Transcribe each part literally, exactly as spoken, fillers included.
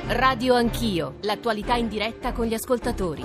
Radio Anch'io, l'attualità in diretta con gli ascoltatori.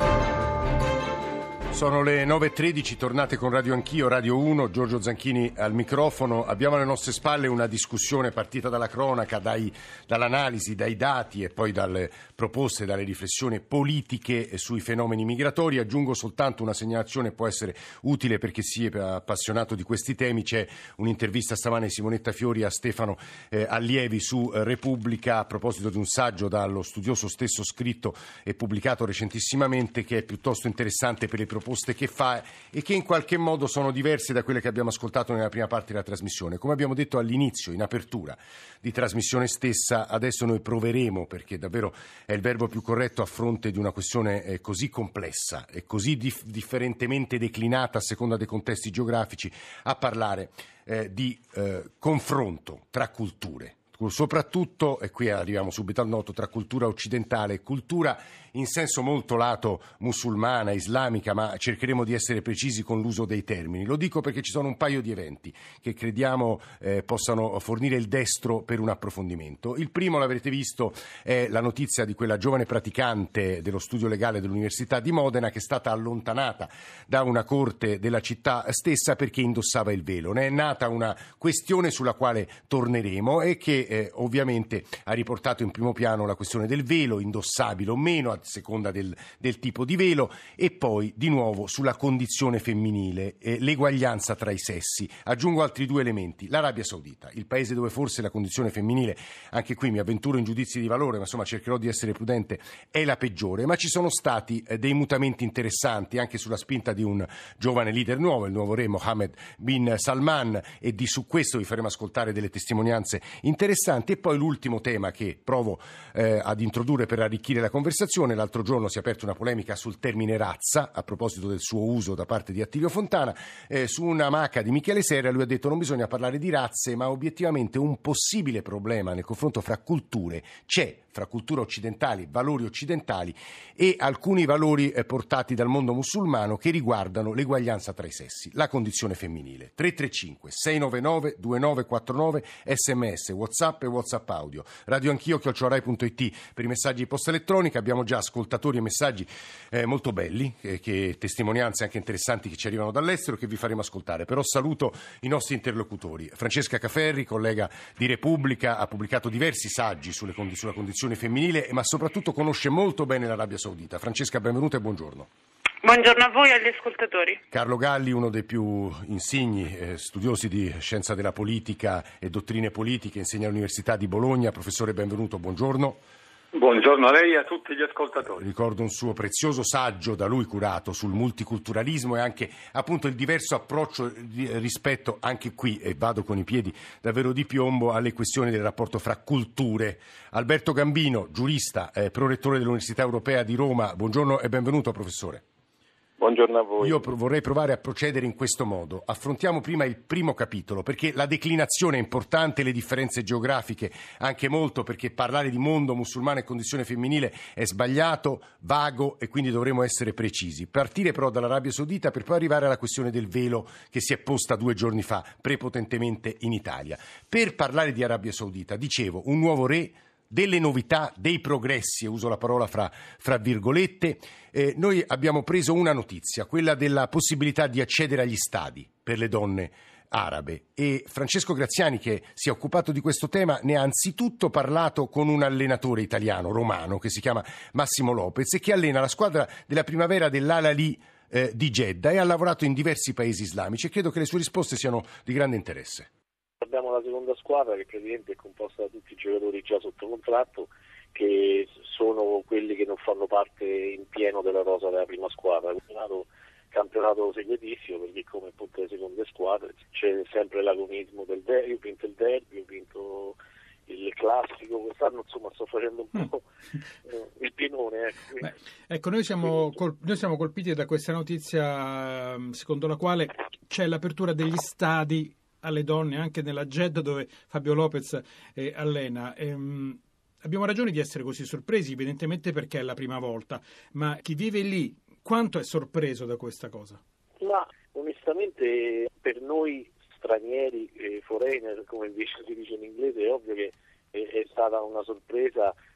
Sono le nove e tredici, tornate con Radio Anch'io, Radio uno, Giorgio Zanchini al microfono. Abbiamo alle nostre spalle una discussione partita dalla cronaca, dai, dall'analisi, dai dati e poi dalle proposte, dalle riflessioni politiche sui fenomeni migratori. Aggiungo soltanto una segnalazione, può essere utile per chi si è appassionato di questi temi. C'è un'intervista stamane di Simonetta Fiori a Stefano eh, Allievi su eh, Repubblica a proposito di un saggio dallo studioso stesso scritto e pubblicato recentissimamente, che è piuttosto interessante per le proposte che fa e che in qualche modo sono diverse da quelle che abbiamo ascoltato nella prima parte della trasmissione. Come abbiamo detto all'inizio, in apertura di trasmissione stessa, adesso noi proveremo, perché davvero è il verbo più corretto a fronte di una questione eh, così complessa e così dif- differentemente declinata a seconda dei contesti geografici, a parlare eh, di eh, confronto tra culture. Soprattutto, e qui arriviamo subito al noto, tra cultura occidentale e cultura in senso molto lato musulmana, islamica, ma cercheremo di essere precisi con l'uso dei termini. Lo dico perché ci sono un paio di eventi che crediamo eh, possano fornire il destro per un approfondimento. Il primo, l'avrete visto, è la notizia di quella giovane praticante dello studio legale dell'Università di Modena che è stata allontanata da una corte della città stessa perché indossava il velo. Ne è nata una questione sulla quale torneremo e che eh, ovviamente ha riportato in primo piano la questione del velo, indossabile o meno, a seconda del, del tipo di velo, e poi di nuovo sulla condizione femminile, eh, l'eguaglianza tra i sessi. Aggiungo altri due elementi: l'Arabia Saudita, il paese dove forse la condizione femminile, anche qui mi avventuro in giudizi di valore, ma insomma cercherò di essere prudente, è la peggiore, ma ci sono stati eh, dei mutamenti interessanti anche sulla spinta di un giovane leader nuovo, il nuovo re Mohammed bin Salman, e di su questo vi faremo ascoltare delle testimonianze interessanti. E poi l'ultimo tema che provo eh, ad introdurre per arricchire la conversazione: l'altro giorno si è aperta una polemica sul termine razza a proposito del suo uso da parte di Attilio Fontana, eh, su una maca di Michele Serra. Lui ha detto: non bisogna parlare di razze, ma obiettivamente un possibile problema nel confronto fra culture c'è, fra cultura occidentali, valori occidentali e alcuni valori eh, portati dal mondo musulmano che riguardano l'eguaglianza tra i sessi, la condizione femminile. Tre tre cinque sei nove nove due nove quattro nove, sms, whatsapp e whatsapp audio, radio anch'io chiocciola rai punto it per i messaggi di posta elettronica. Abbiamo già ascoltatori e messaggi eh, molto belli, eh, che testimonianze anche interessanti che ci arrivano dall'estero, che vi faremo ascoltare. Però saluto i nostri interlocutori. Francesca Caferri, collega di Repubblica, ha pubblicato diversi saggi sulle condi- sulla condizione femminile, ma soprattutto conosce molto bene l'Arabia Saudita. Francesca, benvenuta e buongiorno. Buongiorno a voi e agli ascoltatori. Carlo Galli, uno dei più insigni eh, studiosi di scienza della politica e dottrine politiche, insegna all'Università di Bologna. Professore, benvenuto, buongiorno. Buongiorno a lei e a tutti gli ascoltatori. Ricordo un suo prezioso saggio da lui curato sul multiculturalismo e anche appunto il diverso approccio rispetto, anche qui, e vado con i piedi davvero di piombo, alle questioni del rapporto fra culture. Alberto Gambino, giurista, eh, prorettore dell'Università Europea di Roma, buongiorno e benvenuto, professore. Buongiorno a voi. Io vorrei provare a procedere in questo modo. Affrontiamo prima il primo capitolo, perché la declinazione è importante, le differenze geografiche anche molto, perché parlare di mondo musulmano e condizione femminile è sbagliato, vago, e quindi dovremo essere precisi. Partire però dall'Arabia Saudita per poi arrivare alla questione del velo che si è posta due giorni fa prepotentemente in Italia. Per parlare di Arabia Saudita, dicevo, un nuovo re, delle novità, dei progressi, e uso la parola fra, fra virgolette. Eh, noi abbiamo preso una notizia, quella della possibilità di accedere agli stadi per le donne arabe, e Francesco Graziani, che si è occupato di questo tema, ne ha anzitutto parlato con un allenatore italiano, romano, che si chiama Massimo Lopez e che allena la squadra della primavera dell'Al-Ahly eh, di Jeddah, e ha lavorato in diversi paesi islamici, e credo che le sue risposte siano di grande interesse. Abbiamo la seconda squadra che praticamente è composta da tutti i giocatori già sotto contratto, che sono quelli che non fanno parte in pieno della rosa della prima squadra. Campionato, campionato segretissimo, perché come tutte le seconde squadre c'è sempre l'agonismo del derby. Io ho vinto il derby, ho vinto il classico, quest'anno insomma sto facendo un po' mm. il pienone. Ecco, Beh, ecco noi, siamo col- noi siamo colpiti da questa notizia secondo la quale c'è l'apertura degli stadi alle donne anche nella Jeddah, dove Fabio Lopez eh, allena. Ehm, abbiamo ragione di essere così sorpresi, evidentemente perché è la prima volta, ma chi vive lì quanto è sorpreso da questa cosa? Ma onestamente per noi stranieri, eh, foreigner come invece si dice in inglese, è ovvio che è, è stata una sorpresa.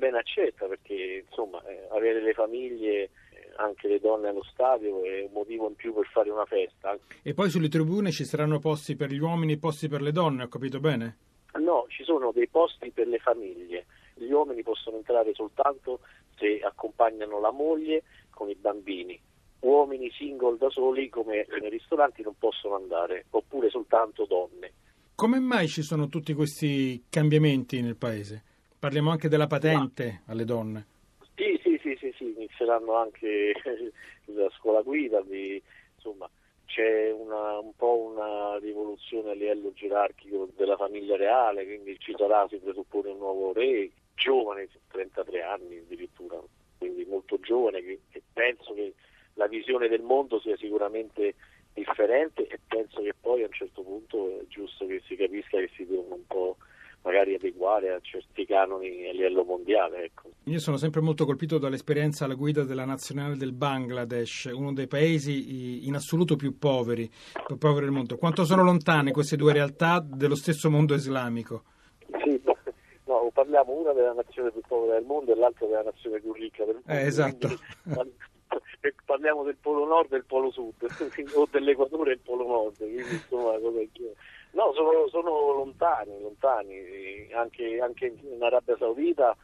ben accetta, perché insomma eh, avere le famiglie, anche le donne allo stadio, è un motivo in più per fare una festa. E poi sulle tribune ci saranno posti per gli uomini e posti per le donne, ho capito bene? No, ci sono dei posti per le famiglie. Gli uomini possono entrare soltanto se accompagnano la moglie con i bambini. Uomini single da soli, come nei ristoranti, non possono andare, oppure soltanto donne. Come mai ci sono tutti questi cambiamenti nel paese? Parliamo anche della patente alle donne. Sì, sì, sì, sì, sì. Inizieranno anche la scuola guida, di, insomma, c'è una, un po' una rivoluzione a livello gerarchico della famiglia reale, quindi ci sarà, si presuppone, un nuovo re, giovane, trentatré anni addirittura, quindi molto giovane, che, che penso che la visione del mondo sia sicuramente differente, e penso che poi a un certo punto è giusto che si capisca che si devono un po' magari adeguare a certi canoni a livello mondiale. Ecco. Io sono sempre molto colpito dall'esperienza alla guida della nazionale del Bangladesh, uno dei paesi in assoluto più poveri, più poveri del mondo. Quanto sono lontane queste due realtà dello stesso mondo islamico? Sì, no, parliamo una della nazione più povera del mondo e l'altra della nazione più ricca del mondo. Eh, esatto. Quindi, parliamo del polo nord e del polo sud, o dell'equatore e del polo nord, quindi insomma cosa è chiaro. No, sono, sono lontani, lontani, anche, anche in Arabia Saudita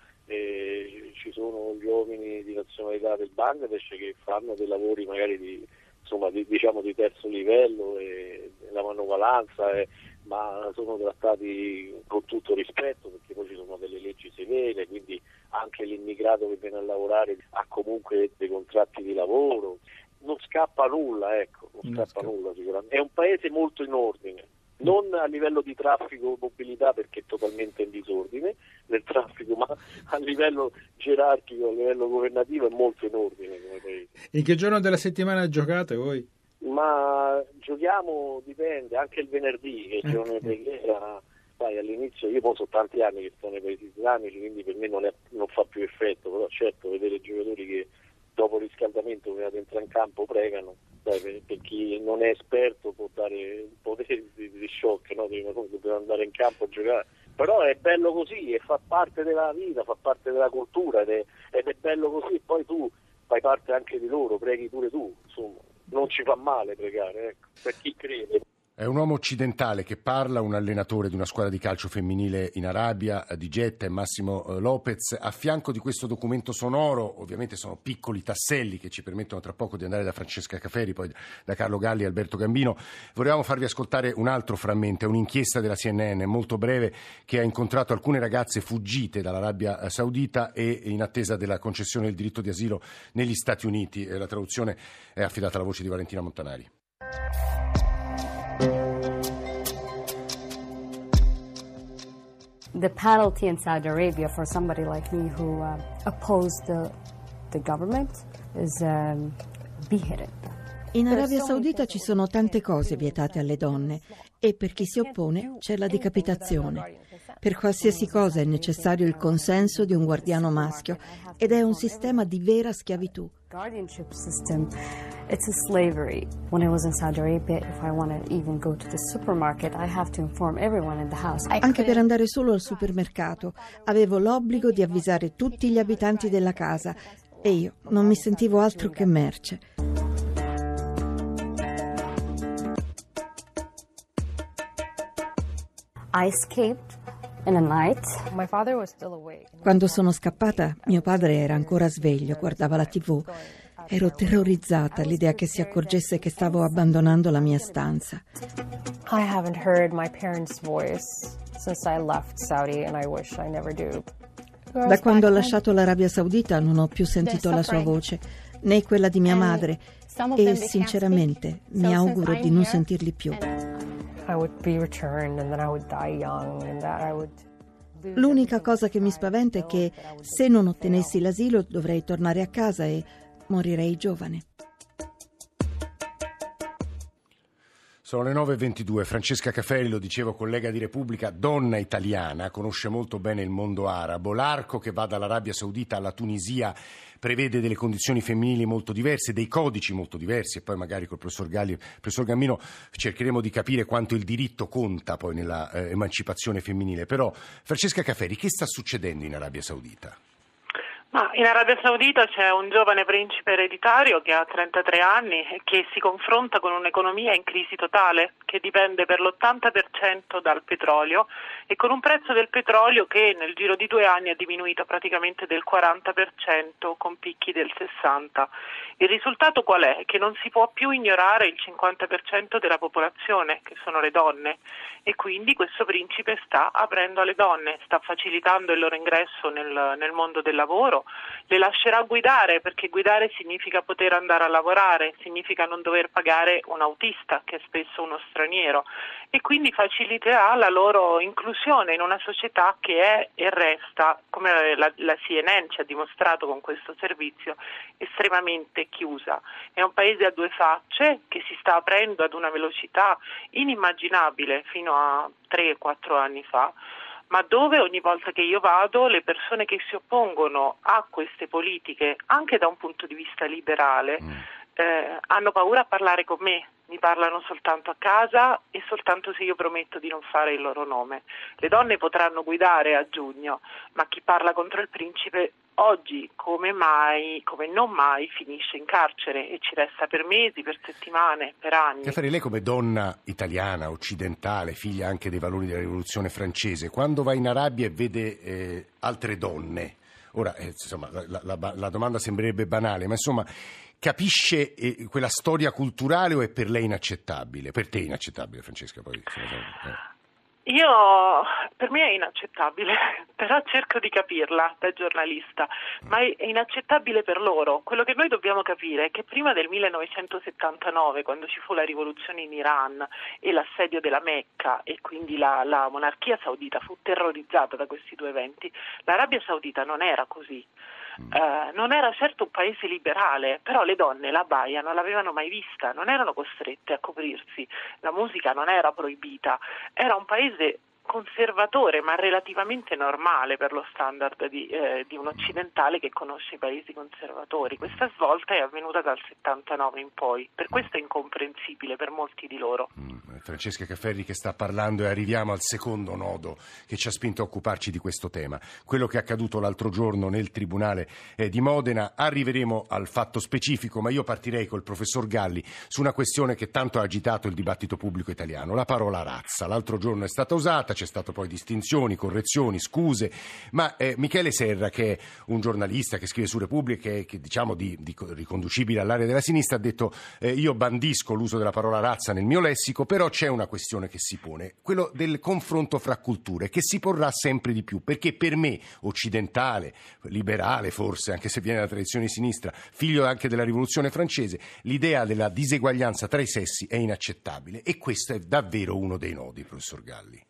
eh, ci sono gli uomini di nazionalità del Bangladesh che fanno dei lavori magari di, insomma, di, diciamo di terzo livello, e la manovalanza, eh, ma sono trattati con tutto rispetto, perché poi ci sono delle leggi severe, quindi anche l'immigrato che viene a lavorare ha comunque dei contratti di lavoro, non scappa nulla, ecco, non, non scappa, scappa nulla sicuramente. È un paese molto in ordine. Non a livello di traffico, mobilità, perché è totalmente in disordine nel traffico, ma a livello gerarchico, a livello governativo è molto in ordine come paese. In che giorno della settimana giocate voi? Ma giochiamo, dipende, anche il venerdì, che è il giorno di preghiera. Sai, all'inizio, io poi sono tanti anni che sto nei paesi islamici, quindi per me non, è, non fa più effetto, però certo vedere i giocatori che dopo il riscaldamento, prima di entrare in campo, pregano. Dai, per, per chi non è esperto può dare un po' di, di, di shock, no? Dobbiamo andare in campo a giocare, però è bello così e fa parte della vita, fa parte della cultura, ed è, ed è bello così. Poi tu fai parte anche di loro, preghi pure tu, insomma, non ci fa male pregare, ecco, per chi crede. È un uomo occidentale che parla, un allenatore di una squadra di calcio femminile in Arabia, di Jeddah, è Massimo Lopez. A fianco di questo documento sonoro, ovviamente sono piccoli tasselli che ci permettono tra poco di andare da Francesca Caferi, poi da Carlo Galli e Alberto Gambino. Volevamo farvi ascoltare un altro frammento, è un'inchiesta della C N N molto breve che ha incontrato alcune ragazze fuggite dall'Arabia Saudita e in attesa della concessione del diritto di asilo negli Stati Uniti. La traduzione è affidata alla voce di Valentina Montanari. The penalty in Saudi Arabia for somebody like me who uh, opposed the, the government is um, beheaded. In Arabia Saudita ci sono tante cose vietate alle donne e per chi si oppone c'è la decapitazione. Per qualsiasi cosa è necessario il consenso di un guardiano maschio ed è un sistema di vera schiavitù. Guardianship system, it's a slavery. When I was in Saudi Arabia, if I want to even go to the supermarket, I have to inform everyone in the house. Anche per andare solo al supermercato avevo l'obbligo di avvisare tutti gli abitanti della casa e io non mi sentivo altro che merce. I escaped in a night. My father was still awake. Quando sono scappata, mio padre era ancora sveglio, guardava la tivù. Ero terrorizzata all'idea che si accorgesse che stavo abbandonando la mia stanza. I haven't heard my parents' voice since I left Saudi and I wish I never do. Da quando ho lasciato l'Arabia Saudita non ho più sentito la sua voce, né quella di mia madre, e sinceramente mi auguro di non sentirli più. L'unica cosa che mi spaventa è che se non ottenessi l'asilo dovrei tornare a casa e morirei giovane. Sono le nove e ventidue. Francesca Caferi, lo dicevo, collega di Repubblica, donna italiana, conosce molto bene il mondo arabo. L'arco che va dall'Arabia Saudita alla Tunisia prevede delle condizioni femminili molto diverse, dei codici molto diversi, e poi magari col professor Galli, professor Gambino cercheremo di capire quanto il diritto conta poi nella eh, emancipazione femminile. Però, Francesca Caferi, che sta succedendo in Arabia Saudita? Ma in Arabia Saudita c'è un giovane principe ereditario che ha trentatré anni e che si confronta con un'economia in crisi totale, che dipende per l'ottanta per cento dal petrolio e con un prezzo del petrolio che nel giro di due anni è diminuito praticamente del quaranta per cento con picchi del sessanta per cento. Il risultato qual è? Che non si può più ignorare il cinquanta per cento della popolazione, che sono le donne, e quindi questo principe sta aprendo alle donne, sta facilitando il loro ingresso nel, nel mondo del lavoro, le lascerà guidare, perché guidare significa poter andare a lavorare, significa non dover pagare un autista, che è spesso uno straniero, e quindi faciliterà la loro inclusione in una società che è e resta, come la, la C N N ci ha dimostrato con questo servizio, estremamente chiusa. È un paese a due facce che si sta aprendo ad una velocità inimmaginabile fino a tre quattro anni fa, ma dove ogni volta che io vado le persone che si oppongono a queste politiche, anche da un punto di vista liberale, eh, hanno paura a parlare con me, mi parlano soltanto a casa e soltanto se io prometto di non fare il loro nome. Le donne potranno guidare a giugno, ma chi parla contro il principe oggi, come mai, come non mai, finisce in carcere e ci resta per mesi, per settimane, per anni. Che fare lei come donna italiana, occidentale, figlia anche dei valori della rivoluzione francese, quando va in Arabia e vede eh, altre donne, ora eh, insomma la, la, la domanda sembrerebbe banale, ma insomma capisce eh, quella storia culturale o è per lei inaccettabile? Per te è inaccettabile, Francesca? Poi, eh. Io, per me è inaccettabile, però cerco di capirla da giornalista, ma è inaccettabile per loro. Quello che noi dobbiamo capire è che prima del millenovecentosettantanove, quando ci fu la rivoluzione in Iran e l'assedio della Mecca e quindi la, la monarchia saudita fu terrorizzata da questi due eventi, l'Arabia Saudita non era così. Uh, non era certo un paese liberale, però le donne la baia non l'avevano mai vista, non erano costrette a coprirsi, la musica non era proibita, era un paese conservatore ma relativamente normale per lo standard di, eh, di un occidentale che conosce i paesi conservatori. Questa svolta è avvenuta dal settantanove in poi, per questo è incomprensibile per molti di loro. Mm, Francesca Cafferri che sta parlando, e arriviamo al secondo nodo che ci ha spinto a occuparci di questo tema, quello che è accaduto l'altro giorno nel Tribunale eh, di Modena. Arriveremo al fatto specifico, ma io partirei col professor Galli su una questione che tanto ha agitato il dibattito pubblico italiano, la parola razza. L'altro giorno è stata usata, c'è stato poi distinzioni, correzioni, scuse, ma eh, Michele Serra, che è un giornalista che scrive su Repubblica, che, che diciamo di, di riconducibile all'area della sinistra, ha detto eh, io bandisco l'uso della parola razza nel mio lessico, però c'è una questione che si pone, quello del confronto fra culture, che si porrà sempre di più, perché per me, occidentale, liberale forse, anche se viene dalla tradizione di sinistra, figlio anche della rivoluzione francese, l'idea della diseguaglianza tra i sessi è inaccettabile, e questo è davvero uno dei nodi, professor Galli.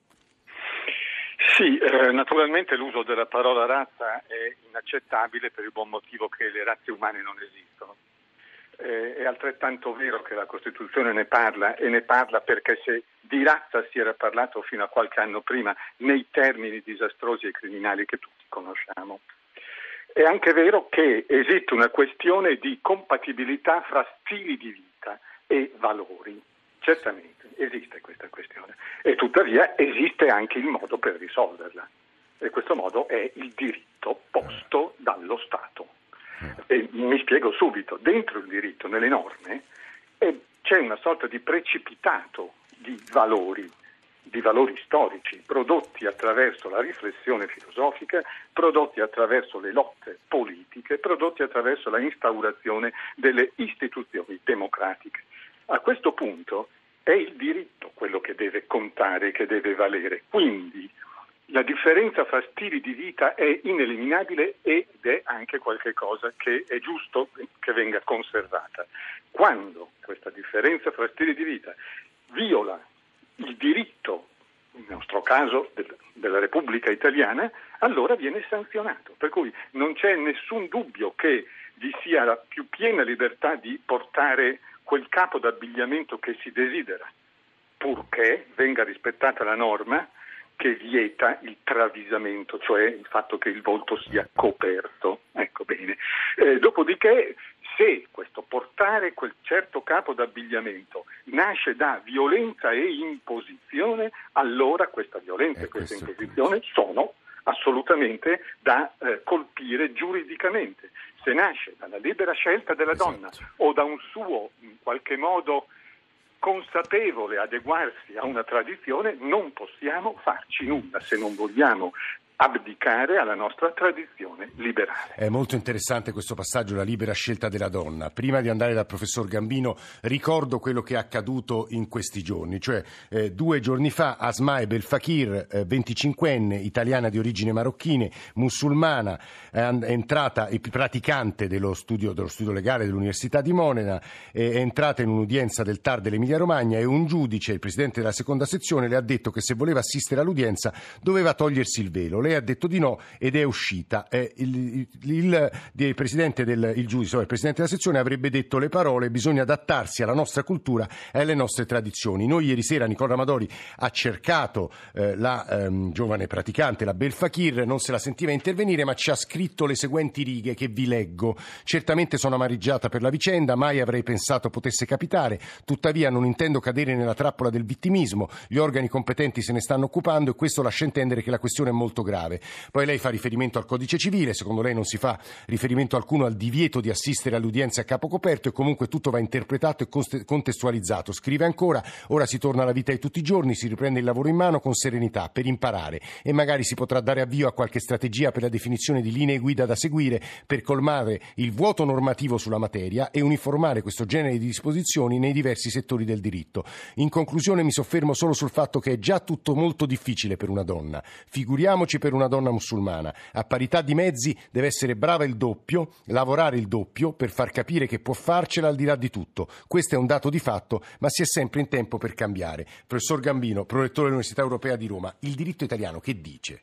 Sì, eh, naturalmente l'uso della parola razza è inaccettabile per il buon motivo che le razze umane non esistono. Eh, è altrettanto vero che la Costituzione ne parla, e ne parla perché se di razza si era parlato fino a qualche anno prima nei termini disastrosi e criminali che tutti conosciamo. È anche vero che esiste una questione di compatibilità fra stili di vita e valori. Certamente esiste questa questione, e tuttavia esiste anche il modo per risolverla, e questo modo è il diritto posto dallo Stato. E mi spiego subito: dentro il diritto, nelle norme, eh, c'è una sorta di precipitato di valori, di valori storici, prodotti attraverso la riflessione filosofica, prodotti attraverso le lotte politiche, prodotti attraverso la instaurazione delle istituzioni democratiche. A questo punto è il diritto quello che deve contare, che deve valere. Quindi la differenza fra stili di vita è ineliminabile ed è anche qualche cosa che è giusto che venga conservata. Quando questa differenza fra stili di vita viola il diritto, nel nostro caso del, della Repubblica Italiana, allora viene sanzionato. Per cui non c'è nessun dubbio che vi sia la più piena libertà di portare quel capo d'abbigliamento che si desidera, purché venga rispettata la norma che vieta il travisamento, cioè il fatto che il volto sia coperto. Ecco bene. Eh, dopodiché, se questo portare quel certo capo d'abbigliamento nasce da violenza e imposizione, allora questa violenza e questa imposizione sono assolutamente da eh, colpire giuridicamente. Se nasce dalla libera scelta della esatto. donna o da un suo, in qualche modo, consapevole adeguarsi a una tradizione, non possiamo farci nulla se non vogliamo abdicare alla nostra tradizione liberale. È molto interessante questo passaggio, la libera scelta della donna. Prima di andare dal professor Gambino, ricordo quello che è accaduto in questi giorni, cioè eh, due giorni fa Asma Belfakir, eh, venticinquenne, italiana di origine marocchine, musulmana, è entrata, praticante dello studio, dello studio legale dell'Università di Modena, è entrata in un'udienza del T A R dell'Emilia Romagna e un giudice, il presidente della seconda sezione, le ha detto che se voleva assistere all'udienza doveva togliersi il velo. Lei ha detto di no ed è uscita. Eh, il, il, il, presidente del, il giudice, il presidente della sezione avrebbe detto le parole: bisogna adattarsi alla nostra cultura e alle nostre tradizioni. Noi ieri sera, Nicola Amadori ha cercato eh, la ehm, giovane praticante, la Belfakir, non se la sentiva intervenire, ma ci ha scritto le seguenti righe che vi leggo. Certamente sono amareggiata per la vicenda, mai avrei pensato potesse capitare, tuttavia non intendo cadere nella trappola del vittimismo, gli organi competenti se ne stanno occupando e questo lascia intendere che la questione è molto grave. Poi lei fa riferimento al codice civile, secondo lei non si fa riferimento alcuno al divieto di assistere all'udienza a capo coperto e comunque tutto va interpretato e contestualizzato. Scrive ancora: ora si torna alla vita di tutti i giorni, si riprende il lavoro in mano con serenità per imparare e magari si potrà dare avvio a qualche strategia per la definizione di linee guida da seguire per colmare il vuoto normativo sulla materia e uniformare questo genere di disposizioni nei diversi settori del diritto. In conclusione mi soffermo solo sul fatto che è già tutto molto difficile per una donna, figuriamoci per una donna musulmana. A parità di mezzi deve essere brava il doppio, lavorare il doppio per far capire che può farcela al di là di tutto. Questo è un dato di fatto, ma si è sempre in tempo per cambiare. Professor Gambino, prorettore dell'Università Europea di Roma, il diritto italiano che dice?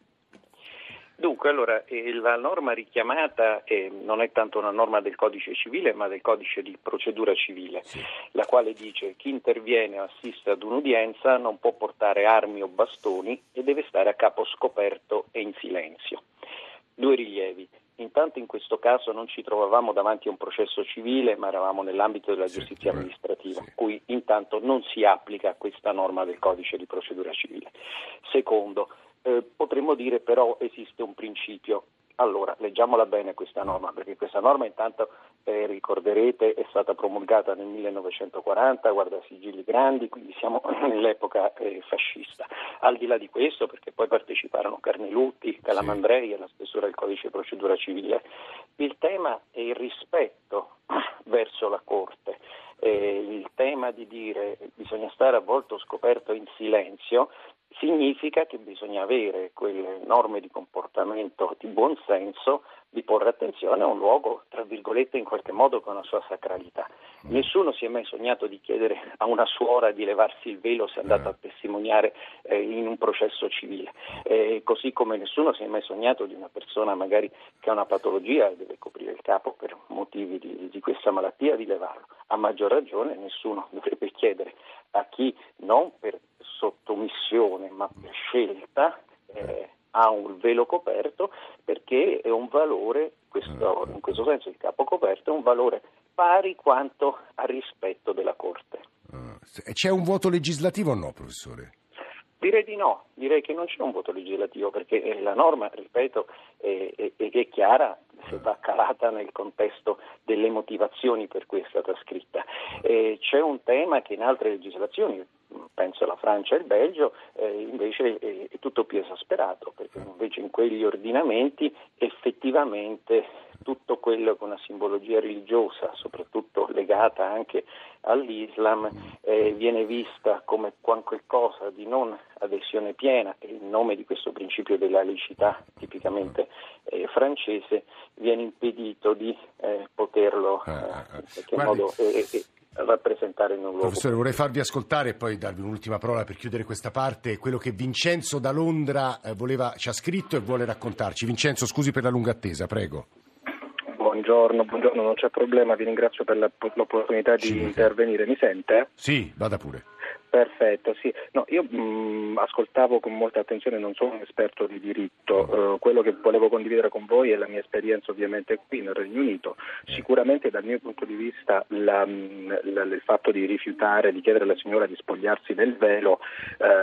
Dunque, allora, eh, la norma richiamata eh, non è tanto una norma del codice civile, ma del codice di procedura civile, sì. La quale dice: chi interviene o assiste ad un'udienza non può portare armi o bastoni e deve stare a capo scoperto e in silenzio. Due rilievi. Intanto in questo caso non ci trovavamo davanti a un processo civile, ma eravamo nell'ambito della giustizia sì, amministrativa, sì. Cui intanto non si applica questa norma del codice di procedura civile. Secondo, Eh, potremmo dire però esiste un principio. Allora, leggiamola bene questa norma, perché questa norma intanto, eh, ricorderete, è stata promulgata nel millenovecentoquaranta, guarda sigilli grandi, quindi siamo nell'epoca eh, fascista. Al di là di questo, perché poi parteciparono Carnelutti, Calamandrei alla stesura del codice di procedura civile, il tema è il rispetto verso la Corte. Eh, il tema di dire bisogna stare a volto scoperto in silenzio significa che bisogna avere quelle norme di comportamento di buon senso, di porre attenzione a un luogo, tra virgolette, in qualche modo con una sua sacralità. Nessuno si è mai sognato di chiedere a una suora di levarsi il velo se è andata a testimoniare eh, in un processo civile, eh, così come nessuno si è mai sognato di una persona magari che ha una patologia e deve coprire il capo per motivi di, di questa malattia di levarlo. A maggior ragione nessuno dovrebbe chiedere a chi non per sottomissione ma per scelta eh, ha un velo coperto, perché è un valore, questo, in questo senso il capo coperto è un valore pari quanto al rispetto della Corte. C'è un vuoto legislativo o no, professore? Direi di no, direi che non c'è un voto legislativo, perché la norma, ripeto, è, è, è chiara, se va calata nel contesto delle motivazioni per cui è stata scritta. Eh, c'è un tema che in altre legislazioni, penso alla Francia e al Belgio, eh, invece è, è tutto più esasperato, perché invece in quegli ordinamenti effettivamente tutto quello con una simbologia religiosa, soprattutto legata anche all'Islam, eh, viene vista come qualcosa di non adesione piena, e in nome di questo principio della laicità tipicamente eh, francese viene impedito di eh, poterlo eh, in qualche modo eh, eh, rappresentare in un luogo. Professore, vorrei farvi ascoltare e poi darvi un'ultima parola per chiudere questa parte, quello che Vincenzo da Londra eh, voleva, ci ha scritto e vuole raccontarci. Vincenzo, scusi per la lunga attesa, prego. Buongiorno, buongiorno, non c'è problema, vi ringrazio per la, l'opportunità di sì, intervenire. Mi sente? Sì, vada pure. Perfetto, sì. No, io mh, ascoltavo con molta attenzione, non sono un esperto di diritto, eh, quello che volevo condividere con voi è la mia esperienza ovviamente qui nel Regno Unito. Sicuramente dal mio punto di vista la, la, il fatto di rifiutare, di chiedere alla signora di spogliarsi del velo, eh,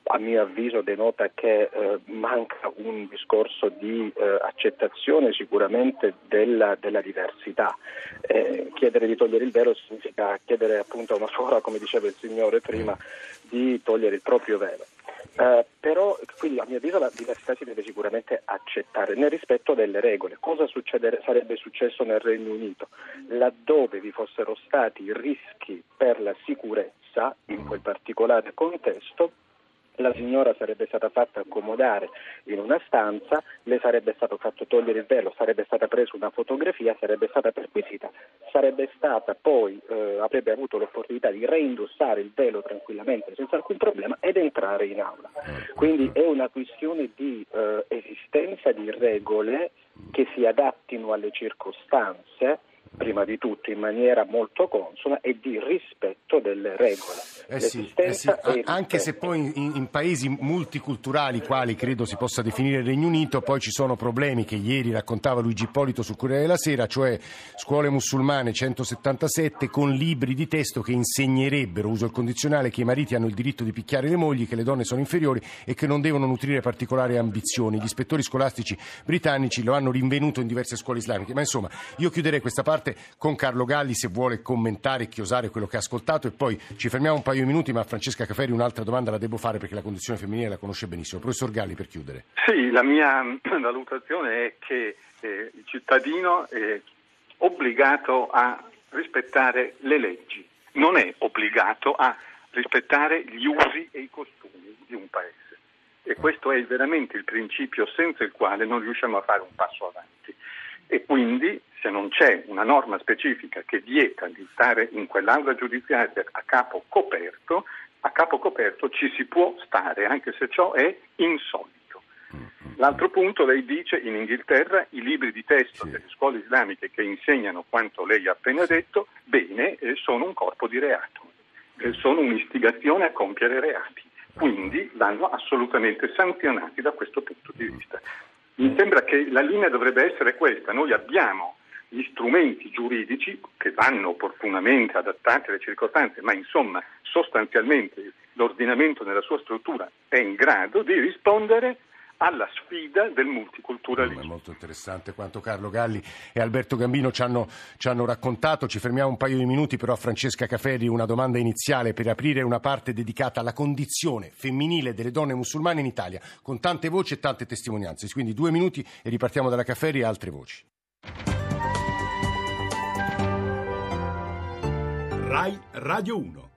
a mio avviso denota che eh, manca un discorso di eh, accettazione sicuramente della, della diversità. Eh, chiedere di togliere il velo significa chiedere appunto a una suora, come diceva il Signore prima, di togliere il proprio velo. Uh, però quindi a mio avviso la diversità si deve sicuramente accettare nel rispetto delle regole. Cosa succedere, sarebbe successo nel Regno Unito? Laddove vi fossero stati rischi per la sicurezza in quel particolare contesto, la signora sarebbe stata fatta accomodare in una stanza, le sarebbe stato fatto togliere il velo, sarebbe stata presa una fotografia, sarebbe stata perquisita, sarebbe stata poi, eh, avrebbe avuto l'opportunità di reindossare il velo tranquillamente senza alcun problema ed entrare in aula. Quindi è una questione di eh, esistenza di regole che si adattino alle circostanze, prima di tutto in maniera molto consona, e di rispetto delle regole. Eh sì, eh sì. Anche se poi in, in paesi multiculturali, quali credo si possa definire il Regno Unito, poi ci sono problemi che ieri raccontava Luigi Ippolito sul Corriere della Sera, cioè scuole musulmane centosettantasette con libri di testo che insegnerebbero, uso il condizionale, che i mariti hanno il diritto di picchiare le mogli, che le donne sono inferiori e che non devono nutrire particolari ambizioni. Gli ispettori scolastici britannici lo hanno rinvenuto in diverse scuole islamiche. Ma insomma, io chiuderei questa parte con Carlo Galli, se vuole commentare e chiosare quello che ha ascoltato, e poi ci fermiamo un paio di minuti, ma a Francesca Caferi un'altra domanda la devo fare perché la condizione femminile la conosce benissimo. Professor Galli, per chiudere. Sì, la mia valutazione è che eh, il cittadino è obbligato a rispettare le leggi, non è obbligato a rispettare gli usi e i costumi di un paese, e questo è veramente il principio senza il quale non riusciamo a fare un passo avanti. E quindi, se non c'è una norma specifica che vieta di stare in quell'aula giudiziaria a capo coperto, a capo coperto ci si può stare, anche se ciò è insolito. L'altro punto, lei dice, in Inghilterra i libri di testo sì. delle scuole islamiche che insegnano quanto lei ha appena detto, bene, eh, sono un corpo di reato, eh, sono un'istigazione a compiere reati, quindi vanno assolutamente sanzionati da questo punto di vista. Mi sembra che la linea dovrebbe essere questa: noi abbiamo gli strumenti giuridici che vanno opportunamente adattati alle circostanze, ma insomma sostanzialmente l'ordinamento nella sua struttura è in grado di rispondere alla sfida del multiculturalismo. È molto interessante quanto Carlo Galli e Alberto Gambino ci hanno, ci hanno raccontato. Ci fermiamo un paio di minuti, però a Francesca Caferi una domanda iniziale per aprire una parte dedicata alla condizione femminile delle donne musulmane in Italia, con tante voci e tante testimonianze. Quindi due minuti e ripartiamo dalla Caferi e altre voci. Rai Radio uno.